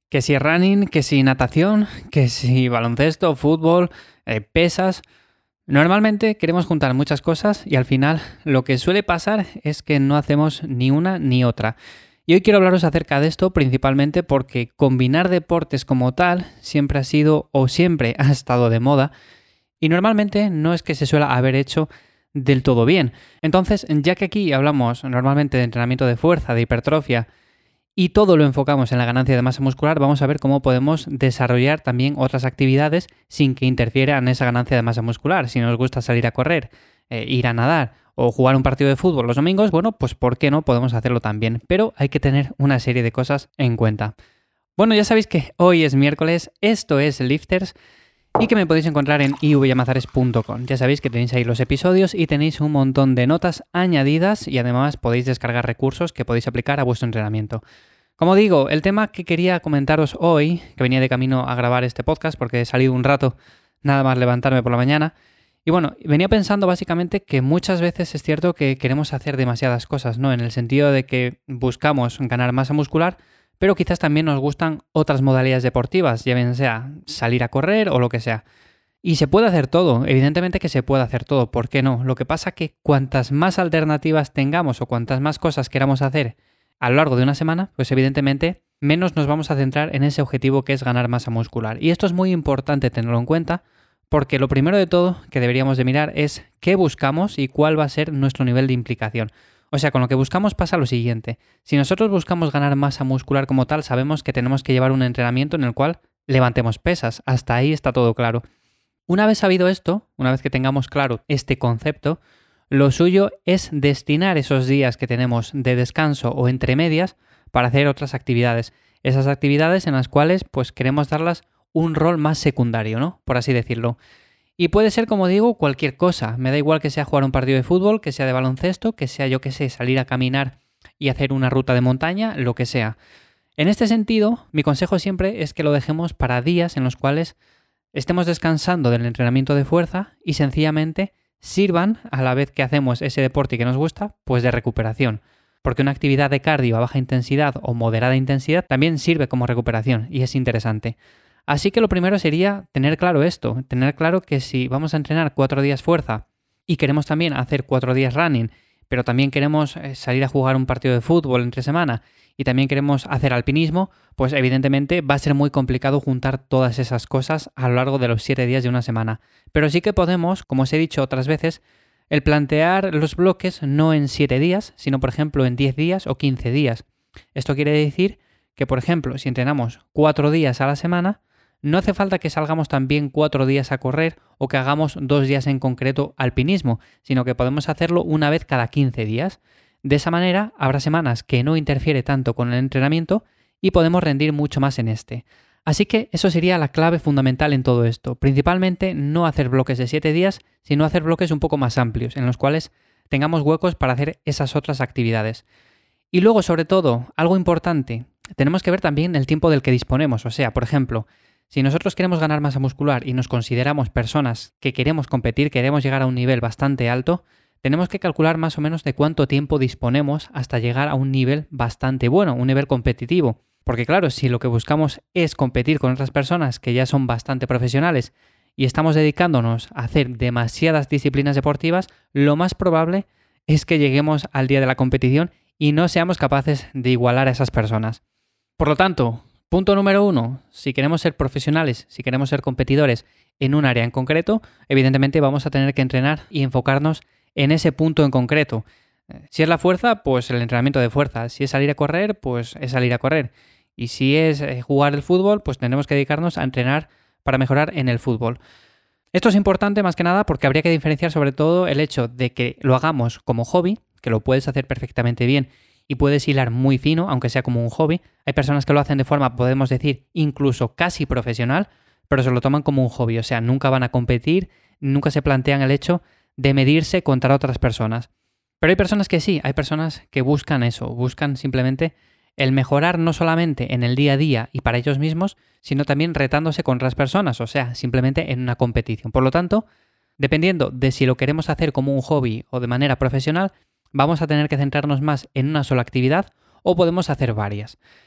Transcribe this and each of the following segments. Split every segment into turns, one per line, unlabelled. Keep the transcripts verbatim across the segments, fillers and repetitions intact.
Que si running, que si natación, que si baloncesto, fútbol, eh, pesas. Normalmente queremos juntar muchas cosas y al final lo que suele pasar es que no hacemos ni una ni otra. Y hoy quiero hablaros acerca de esto principalmente porque combinar deportes como tal siempre ha sido o siempre ha estado de moda y normalmente no es que se suele haber hecho del todo bien. Entonces, ya que aquí hablamos normalmente de entrenamiento de fuerza, de hipertrofia, y todo lo enfocamos en la ganancia de masa muscular, vamos a ver cómo podemos desarrollar también otras actividades sin que interfiera en esa ganancia de masa muscular. Si nos gusta salir a correr, eh, ir a nadar o jugar un partido de fútbol los domingos, bueno, pues ¿por qué no podemos hacerlo también? Pero hay que tener una serie de cosas en cuenta. Bueno, ya sabéis que hoy es miércoles, esto es Lifters y que me podéis encontrar en i v llamazares punto com. Ya sabéis que tenéis ahí los episodios y tenéis un montón de notas añadidas y además podéis descargar recursos que podéis aplicar a vuestro entrenamiento. Como digo, el tema que quería comentaros hoy, que venía de camino a grabar este podcast porque he salido un rato nada más levantarme por la mañana, y bueno, venía pensando básicamente que muchas veces es cierto que queremos hacer demasiadas cosas, ¿no? En el sentido de que buscamos ganar masa muscular, pero quizás también nos gustan otras modalidades deportivas, ya bien sea salir a correr o lo que sea. Y se puede hacer todo, evidentemente que se puede hacer todo, ¿por qué no? Lo que pasa que cuantas más alternativas tengamos o cuantas más cosas queramos hacer a lo largo de una semana, pues evidentemente menos nos vamos a centrar en ese objetivo que es ganar masa muscular. Y esto es muy importante tenerlo en cuenta porque lo primero de todo que deberíamos de mirar es qué buscamos y cuál va a ser nuestro nivel de implicación. O sea, con lo que buscamos pasa lo siguiente. Si nosotros buscamos ganar masa muscular como tal, sabemos que tenemos que llevar un entrenamiento en el cual levantemos pesas. Hasta ahí está todo claro. Una vez sabido esto, una vez que tengamos claro este concepto, lo suyo es destinar esos días que tenemos de descanso o entre medias para hacer otras actividades. Esas actividades en las cuales pues queremos darlas un rol más secundario, ¿no? Por así decirlo. Y puede ser, como digo, cualquier cosa. Me da igual que sea jugar un partido de fútbol, que sea de baloncesto, que sea, yo qué sé, salir a caminar y hacer una ruta de montaña, lo que sea. En este sentido, mi consejo siempre es que lo dejemos para días en los cuales estemos descansando del entrenamiento de fuerza y sencillamente sirvan, a la vez que hacemos ese deporte que nos gusta, pues de recuperación. Porque una actividad de cardio a baja intensidad o moderada intensidad también sirve como recuperación y es interesante. Así que lo primero sería tener claro esto, tener claro que si vamos a entrenar cuatro días fuerza y queremos también hacer cuatro días running, pero también queremos salir a jugar un partido de fútbol entre semana y también queremos hacer alpinismo, pues evidentemente va a ser muy complicado juntar todas esas cosas a lo largo de los siete días de una semana. Pero sí que podemos, como os he dicho otras veces, el plantear los bloques no en siete días, sino por ejemplo en diez días o quince días. Esto quiere decir que, por ejemplo, si entrenamos cuatro días a la semana, no hace falta que salgamos también cuatro días a correr o que hagamos dos días en concreto alpinismo, sino que podemos hacerlo una vez cada quince días. De esa manera habrá semanas que no interfiere tanto con el entrenamiento y podemos rendir mucho más en este. Así que eso sería la clave fundamental en todo esto. Principalmente no hacer bloques de siete días, sino hacer bloques un poco más amplios, en los cuales tengamos huecos para hacer esas otras actividades. Y luego, sobre todo, algo importante, tenemos que ver también el tiempo del que disponemos. O sea, por ejemplo, si nosotros queremos ganar masa muscular y nos consideramos personas que queremos competir, queremos llegar a un nivel bastante alto, tenemos que calcular más o menos de cuánto tiempo disponemos hasta llegar a un nivel bastante bueno, un nivel competitivo. Porque claro, si lo que buscamos es competir con otras personas que ya son bastante profesionales y estamos dedicándonos a hacer demasiadas disciplinas deportivas, lo más probable es que lleguemos al día de la competición y no seamos capaces de igualar a esas personas. Por lo tanto, punto número uno, si queremos ser profesionales, si queremos ser competidores en un área en concreto, evidentemente vamos a tener que entrenar y enfocarnos en ese punto en concreto. Si es la fuerza, pues el entrenamiento de fuerza. Si es salir a correr, pues es salir a correr. Y si es jugar el fútbol, pues tendremos que dedicarnos a entrenar para mejorar en el fútbol. Esto es importante más que nada porque habría que diferenciar sobre todo el hecho de que lo hagamos como hobby, que lo puedes hacer perfectamente bien y puedes hilar muy fino, aunque sea como un hobby. Hay personas que lo hacen de forma, podemos decir, incluso casi profesional, pero se lo toman como un hobby. O sea, nunca van a competir, nunca se plantean el hecho de medirse contra otras personas. Pero hay personas que sí, hay personas que buscan eso, buscan simplemente el mejorar no solamente en el día a día y para ellos mismos, sino también retándose con otras personas, o sea, simplemente en una competición. Por lo tanto, dependiendo de si lo queremos hacer como un hobby o de manera profesional, vamos a tener que centrarnos más en una sola actividad o podemos hacer varias.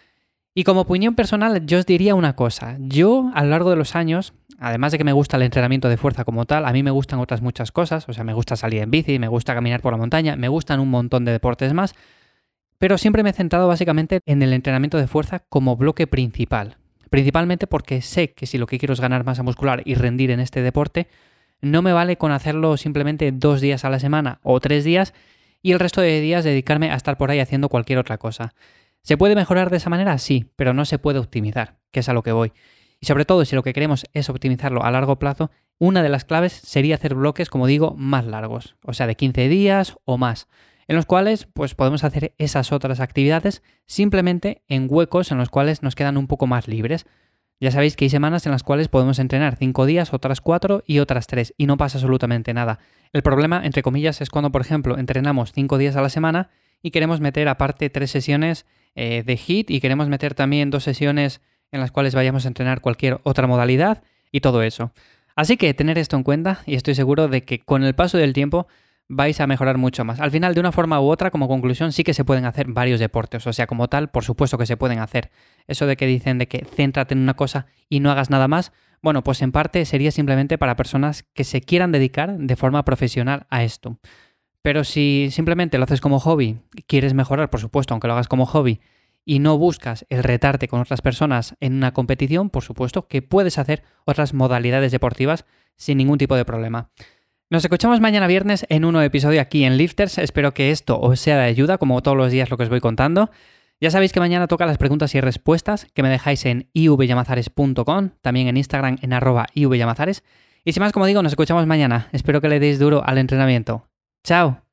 Y como opinión personal, yo os diría una cosa. Yo, a lo largo de los años, además de que me gusta el entrenamiento de fuerza como tal, a mí me gustan otras muchas cosas. O sea, me gusta salir en bici, me gusta caminar por la montaña, me gustan un montón de deportes más. Pero siempre me he centrado básicamente en el entrenamiento de fuerza como bloque principal. Principalmente porque sé que si lo que quiero es ganar masa muscular y rendir en este deporte, no me vale con hacerlo simplemente dos días a la semana o tres días y el resto de días dedicarme a estar por ahí haciendo cualquier otra cosa. ¿Se puede mejorar de esa manera? Sí, pero no se puede optimizar, que es a lo que voy. Y sobre todo, si lo que queremos es optimizarlo a largo plazo, una de las claves sería hacer bloques, como digo, más largos, o sea, de quince días o más, en los cuales pues podemos hacer esas otras actividades simplemente en huecos en los cuales nos quedan un poco más libres. Ya sabéis que hay semanas en las cuales podemos entrenar cinco días, otras cuatro y otras tres, y no pasa absolutamente nada. El problema, entre comillas, es cuando, por ejemplo, entrenamos cinco días a la semana y queremos meter aparte tres sesiones eh, de HIIT y queremos meter también dos sesiones en las cuales vayamos a entrenar cualquier otra modalidad y todo eso. Así que tener esto en cuenta y estoy seguro de que con el paso del tiempo vais a mejorar mucho más. Al final, de una forma u otra, como conclusión, sí que se pueden hacer varios deportes. O sea, como tal, por supuesto que se pueden hacer. Eso de que dicen de que céntrate en una cosa y no hagas nada más, bueno, pues en parte sería simplemente para personas que se quieran dedicar de forma profesional a esto. Pero si simplemente lo haces como hobby, quieres mejorar, por supuesto, aunque lo hagas como hobby, y no buscas el retarte con otras personas en una competición, por supuesto que puedes hacer otras modalidades deportivas sin ningún tipo de problema. Nos escuchamos mañana viernes en un nuevo episodio aquí en Lifters. Espero que esto os sea de ayuda, como todos los días lo que os voy contando. Ya sabéis que mañana toca las preguntas y respuestas que me dejáis en i v llamazares punto com, también en Instagram en arroba i v llamazares. Y sin más, como digo, nos escuchamos mañana. Espero que le deis duro al entrenamiento. ¡Chao!